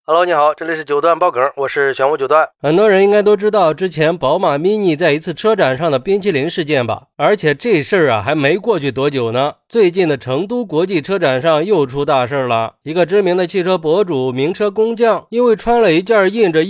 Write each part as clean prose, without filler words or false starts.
Hello， 你好，这里是九段爆梗，我是玄武九段。很多人应该都知道之前宝马 Mini 在一次车展上的冰淇淋事件吧？而且这事儿还没过去多久呢。最近的成都国际车展上又出大事了，一个知名的汽车博主名车工匠，因为穿了一件印着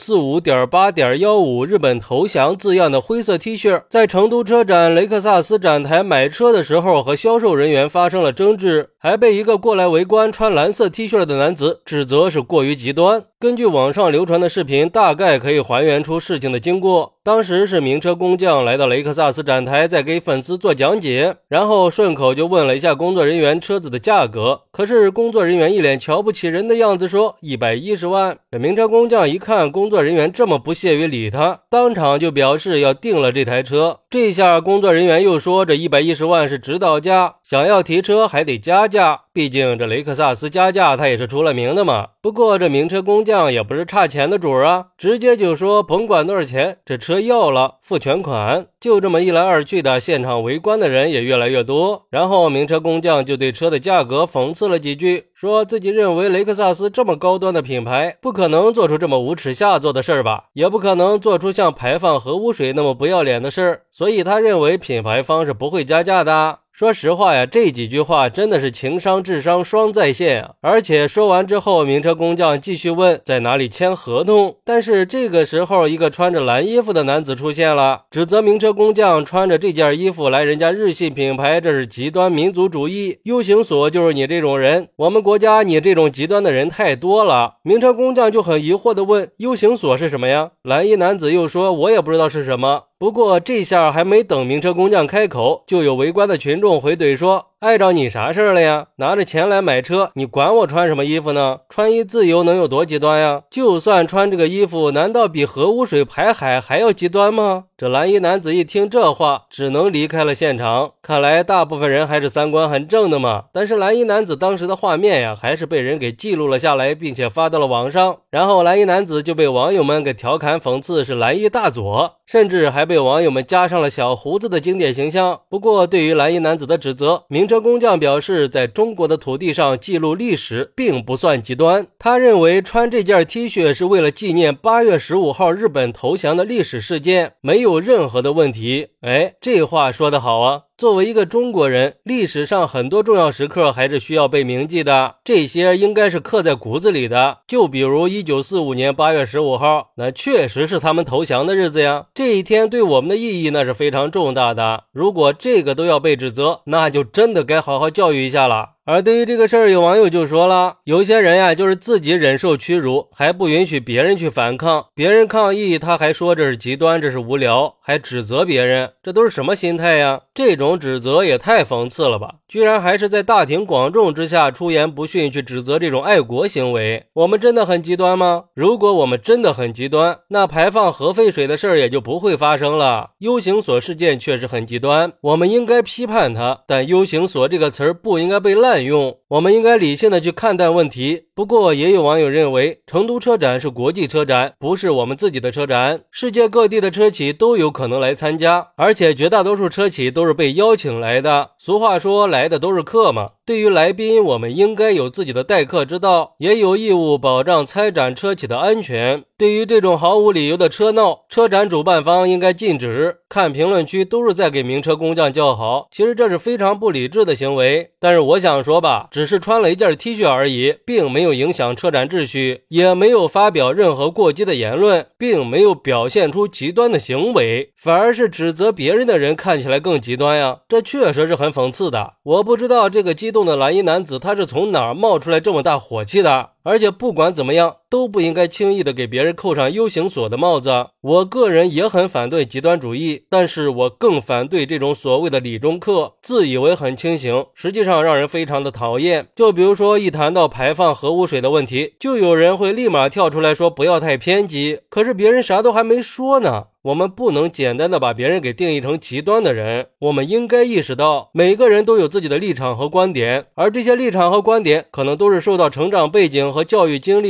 1945.8.15 日本投降字样的灰色 T 恤，在成都车展雷克萨斯展台买车的时候和销售人员发生了争执，还被一个过来围观穿蓝色 T 恤的男子指责是过于极端。根据网上流传的视频，大概可以还原出事情的经过。当时是名车工匠来到雷克萨斯展台，在给粉丝做讲解，然后顺口就问了一下工作人员车子的价格。可是工作人员一脸瞧不起人的样子，说110万。这名车工匠一看工作人员这么不屑于理他，当场就表示要订了这台车。这下工作人员又说这110万是指导价，想要提车还得加价，毕竟这雷克萨斯加价他也是出了名的嘛。不过这名车工匠也不是差钱的主啊，直接就说甭管多少钱，这车要了，付全款。就这么一来二去的，现场围观的人也越来越多。然后名车工匠就对车的价格讽刺了几句，说自己认为雷克萨斯这么高端的品牌，不可能做出这么无耻下作的事儿吧，也不可能做出像排放核污水那么不要脸的事儿，所以他认为品牌方是不会加价的。说实话呀，这几句话真的是情商智商双在线啊！而且说完之后，名车工匠继续问在哪里签合同。但是这个时候，一个穿着蓝衣服的男子出现了，指责名车工匠穿着这件衣服来人家日系品牌，这是极端民族主义。U 型锁就是你这种人，我们国家你这种极端的人太多了。名车工匠就很疑惑地问 U 型锁是什么呀？蓝衣男子又说我也不知道是什么。不过这下还没等名车工匠开口，就有围观的群众回怼说，碍着你啥事了呀？拿着钱来买车，你管我穿什么衣服呢？穿衣自由能有多极端呀？就算穿这个衣服，难道比核污水排海还要极端吗？这蓝衣男子一听这话，只能离开了现场。看来大部分人还是三观很正的嘛。但是蓝衣男子当时的画面呀，还是被人给记录了下来，并且发到了网上。然后蓝衣男子就被网友们给调侃讽刺是蓝衣大佐，甚至还被网友们加上了小胡子的经典形象。不过对于蓝衣男子的指责，名车工匠表示，在中国的土地上记录历史并不算极端。他认为穿这件 T 恤是为了纪念8月15号日本投降的历史事件，没有任何的问题。这话说得好啊。作为一个中国人，历史上很多重要时刻还是需要被铭记的，这些应该是刻在骨子里的。就比如1945年8月15号，那确实是他们投降的日子呀。这一天对我们的意义那是非常重大的，如果这个都要被指责，那就真的该好好教育一下了。而对于这个事儿，有网友就说了，有些人呀，就是自己忍受屈辱，还不允许别人去反抗，别人抗议他还说这是极端，这是无聊，还指责别人，这都是什么心态呀？这种指责也太讽刺了吧，居然还是在大庭广众之下出言不逊去指责这种爱国行为。我们真的很极端吗？如果我们真的很极端，那排放核废水的事儿也就不会发生了。U 型锁事件确实很极端，我们应该批判它，但 U 型锁这个词儿不应该被滥用，我们应该理性的去看待问题。不过也有网友认为，成都车展是国际车展，不是我们自己的车展，世界各地的车企都有可能来参加，而且绝大多数车企都是被邀请来的。俗话说来的都是客嘛，对于来宾我们应该有自己的待客之道，也有义务保障参展车企的安全。对于这种毫无理由的车闹，车展主办方应该禁止。看评论区都是在给名车工匠叫好，其实这是非常不理智的行为。但是我想说吧，只是穿了一件 T 恤而已，并没有影响车展秩序，也没有发表任何过激的言论，并没有表现出极端的行为，反而是指责别人的人看起来更极端呀，这确实是很讽刺的。我不知道这个激动的蓝衣男子他是从哪儿冒出来这么大火气的。而且不管怎么样，都不应该轻易的给别人扣上 U 型锁的帽子。我个人也很反对极端主义，但是我更反对这种所谓的理中客，自以为很清醒，实际上让人非常的讨厌。就比如说一谈到排放核污水的问题，就有人会立马跳出来说不要太偏激，可是别人啥都还没说呢。我们不能简单的把别人给定义成极端的人，我们应该意识到每个人都有自己的立场和观点，而这些立场和观点可能都是受到成长背景和教育经历这些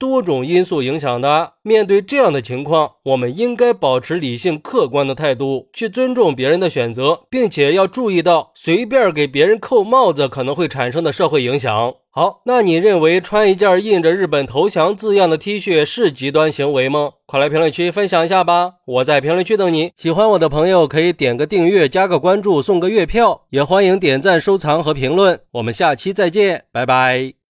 多种因素影响的。面对这样的情况，我们应该保持理性客观的态度，去尊重别人的选择，并且要注意到随便给别人扣帽子可能会产生的社会影响。好，那你认为穿一件印着日本投降字样的 T 恤是极端行为吗？快来评论区分享一下吧，我在评论区等你。喜欢我的朋友可以点个订阅，加个关注，送个月票，也欢迎点赞、收藏和评论。我们下期再见，拜拜。